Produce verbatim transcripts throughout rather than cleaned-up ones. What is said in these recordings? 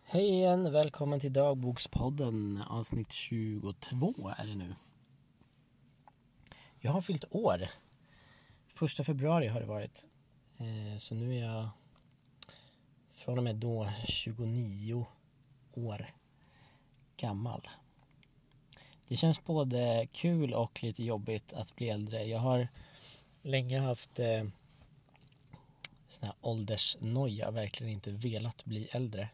Hej igen, välkommen till Dagbokspodden, avsnitt tjugotvå är det nu. Jag har fyllt år. Första februari har det varit. Eh, så nu är jag från och med då tjugonio år gammal. Det känns både kul och lite jobbigt att bli äldre. Jag har länge haft eh, sån här åldersnoja, verkligen inte velat bli äldre.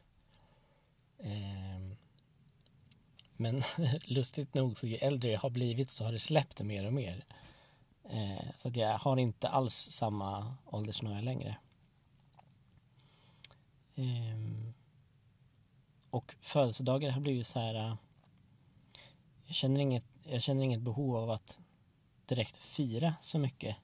Men lustigt nog så ju äldre jag har blivit så har det släppt mer och mer. Så att jag har inte alls samma åldersnoja längre. Och födelsedagar har blivit så här. Jag känner inget, jag känner inget behov av att direkt fira så mycket.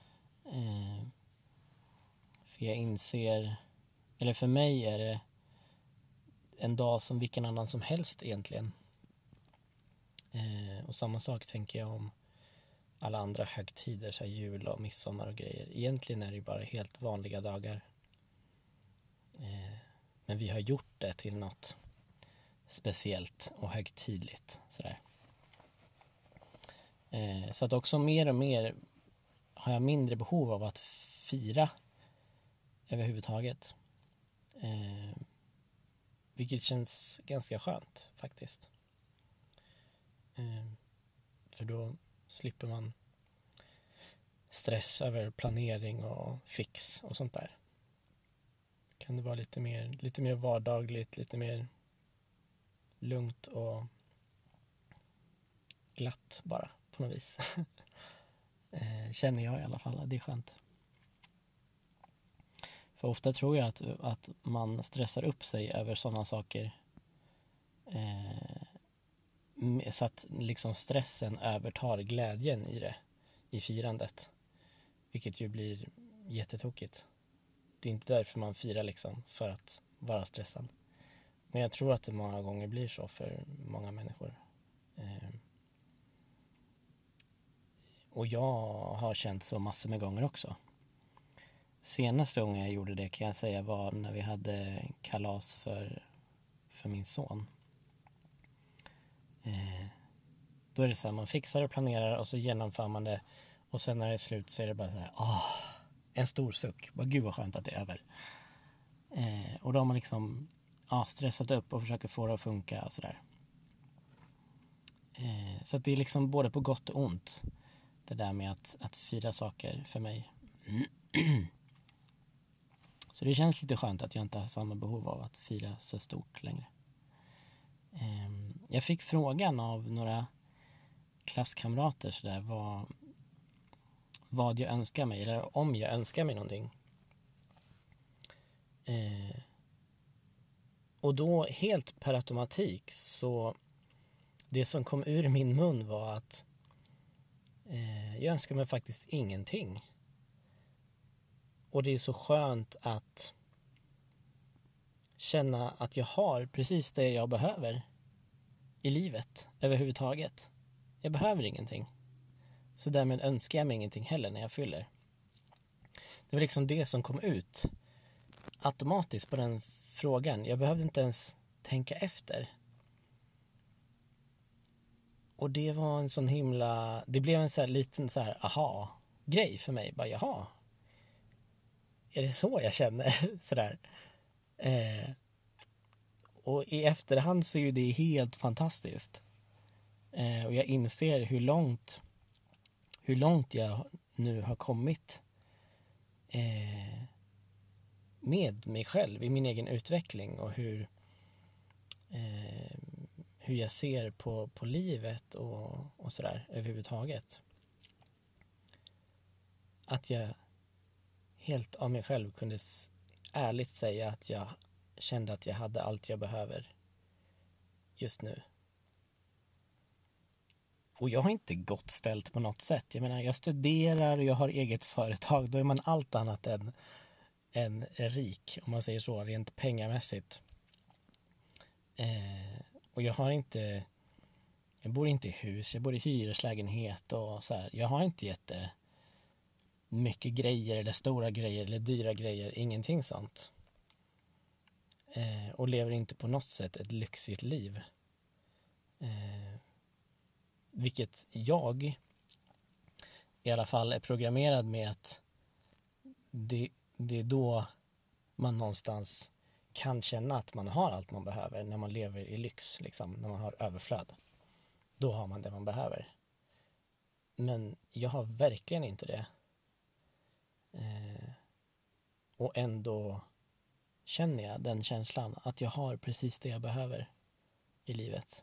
För jag inser, eller för mig är det en dag som vilken annan som helst egentligen. Eh, och samma sak tänker jag om alla andra högtider, så här jul och midsommar och grejer. Egentligen är det ju bara helt vanliga dagar. Eh, men vi har gjort det till något speciellt och högtidligt. Sådär. Eh, så att också mer och mer har jag mindre behov av att fira överhuvudtaget. Eh, vilket känns ganska skönt faktiskt. För då slipper man stress över planering och fix och sånt där. Kan det vara lite mer, lite mer vardagligt, lite mer lugnt och glatt bara på något vis. Känner jag i alla fall, det är skönt. För ofta tror jag att, att man stressar upp sig över sådana saker. Eh, Så att liksom stressen övertar glädjen i det, i firandet. Vilket ju blir jättetokigt. Det är inte därför man firar liksom, för att vara stressad. Men jag tror att det många gånger blir så för många människor. Eh, och jag har känt så massor med gånger också. Senaste gången jag gjorde det kan jag säga var när vi hade kalas för, för min son. Eh, Då är det så här, man fixar och planerar och så genomför man det. Och sen när det är slut så är det bara så här, åh, en stor suck. Bara gud vad skönt att det är över. Eh, och då har man liksom ja, stressat upp och försöker få det att funka och sådär. Eh, så att det är liksom både på gott och ont. Det där med att, att fira saker för mig. Så det känns lite skönt att jag inte har samma behov av att fira så stort längre. Eh, jag fick frågan av några klasskamrater så där, vad, vad jag önskar mig eller om jag önskar mig någonting. Eh, och då helt per automatik så det som kom ur min mun var att eh, jag önskar mig faktiskt ingenting. Och det är så skönt att känna att jag har precis det jag behöver i livet överhuvudtaget. Jag behöver ingenting. Så därmed önskar jag mig ingenting heller när jag fyller. Det var liksom det som kom ut automatiskt på den frågan. Jag behövde inte ens tänka efter. Och det var en sån himla... Det blev en så här liten så här aha-grej för mig. Bara jaha. Är det så jag känner? Sådär. Eh, och i efterhand så är ju det helt fantastiskt. Eh, och jag inser hur långt hur långt jag nu har kommit eh, med mig själv i min egen utveckling och hur eh, hur jag ser på, på livet och, och sådär överhuvudtaget. Att jag helt av mig själv kunde ärligt säga att jag kände att jag hade allt jag behöver just nu. Och jag har inte gott ställt på något sätt. Jag menar, jag studerar och jag har eget företag. Då är man allt annat än, än rik, om man säger så, rent pengamässigt. Eh, och jag har inte... Jag bor inte i hus, jag bor i hyreslägenhet och så här. Jag har inte jätte mycket grejer eller stora grejer eller dyra grejer. Ingenting sånt. Eh, och lever inte på något sätt ett lyxigt liv. Eh, vilket jag i alla fall är programmerad med att det, det är då man någonstans kan känna att man har allt man behöver, när man lever i lyx, liksom, när man har överflöd. Då har man det man behöver. Men jag har verkligen inte det. Eh, och ändå känner jag den känslan att jag har precis det jag behöver i livet.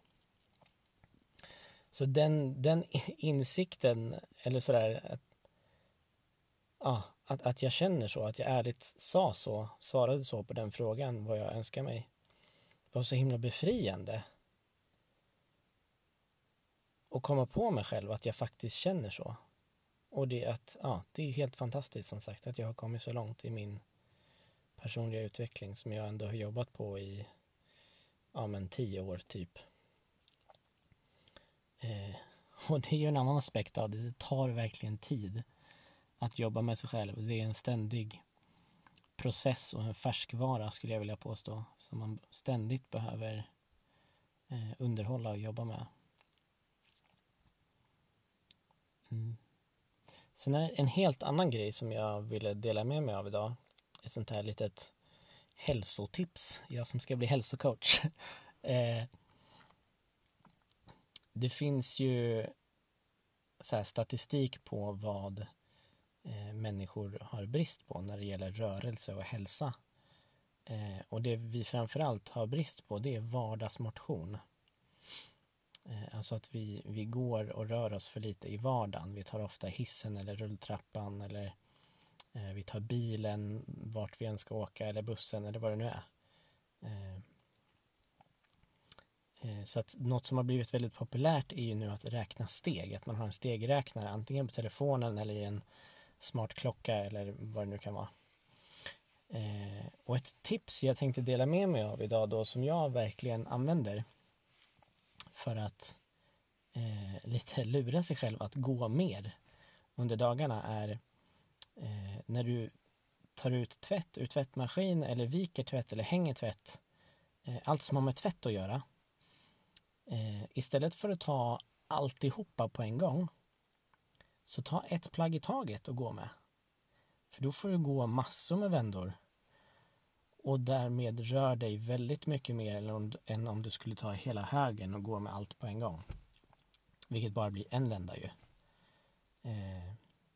Så den, den insikten, eller sådär, att, ja, att, att jag känner så, att jag ärligt sa så, svarade så på den frågan vad jag önskar mig, var så himla befriande. Och komma på mig själv att jag faktiskt känner så. Och det, att, ja, det är helt fantastiskt som sagt att jag har kommit så långt i min personliga utveckling som jag ändå har jobbat på i ja, men tio år typ. Eh, och det är ju en annan aspekt av det. Det tar verkligen tid att jobba med sig själv. Det är en ständig process och en färskvara skulle jag vilja påstå, som man ständigt behöver eh, underhålla och jobba med. Mm. Sen är det en helt annan grej som jag ville dela med mig av idag. Ett sånt här litet hälsotips. Jag som ska bli hälsocoach. eh, det finns ju så här statistik på vad eh, människor har brist på när det gäller rörelse och hälsa. Eh, och det vi framförallt har brist på, det är vardagsmotion. Eh, alltså att vi, vi går och rör oss för lite i vardagen. Vi tar ofta hissen eller rulltrappan eller eh, vi tar bilen vart vi än ska åka eller bussen eller vad det nu är. Eh, eh, så att något som har blivit väldigt populärt är ju nu att räkna steg. Att man har en stegräknare antingen på telefonen eller i en smart klocka eller vad det nu kan vara. Eh, och ett tips jag tänkte dela med mig av idag då, som jag verkligen använder för att eh, lite lura sig själv att gå mer under dagarna, är eh, när du tar ut tvätt ur tvättmaskin eller viker tvätt eller hänger tvätt, eh, allt som har med tvätt att göra, eh, istället för att ta alltihopa på en gång, så ta ett plagg i taget och gå med. För då får du gå massor med vändor och därmed rör dig väldigt mycket mer än om, än om du skulle ta hela högen och gå med allt på en gång. Vilket bara blir en vända ju. Eh,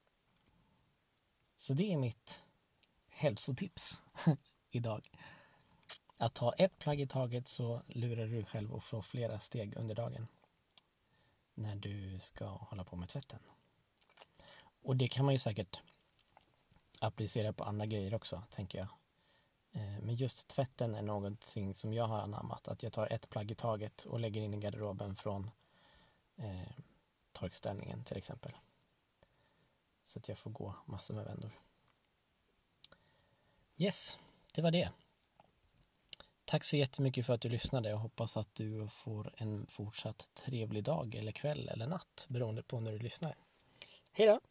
så det är mitt hälsotips idag. Att ta ett plagg i taget, så lurar du själv att få flera steg under dagen när du ska hålla på med tvätten. Och det kan man ju säkert applicera på andra grejer också, tänker jag. Men just tvätten är någonting som jag har anammat. Att jag tar ett plagg i taget och lägger in i garderoben från eh, torkställningen till exempel. Så att jag får gå massor med vändor. Yes, det var det. Tack så jättemycket för att du lyssnade. Jag hoppas att du får en fortsatt trevlig dag eller kväll eller natt, beroende på när du lyssnar. Hej då!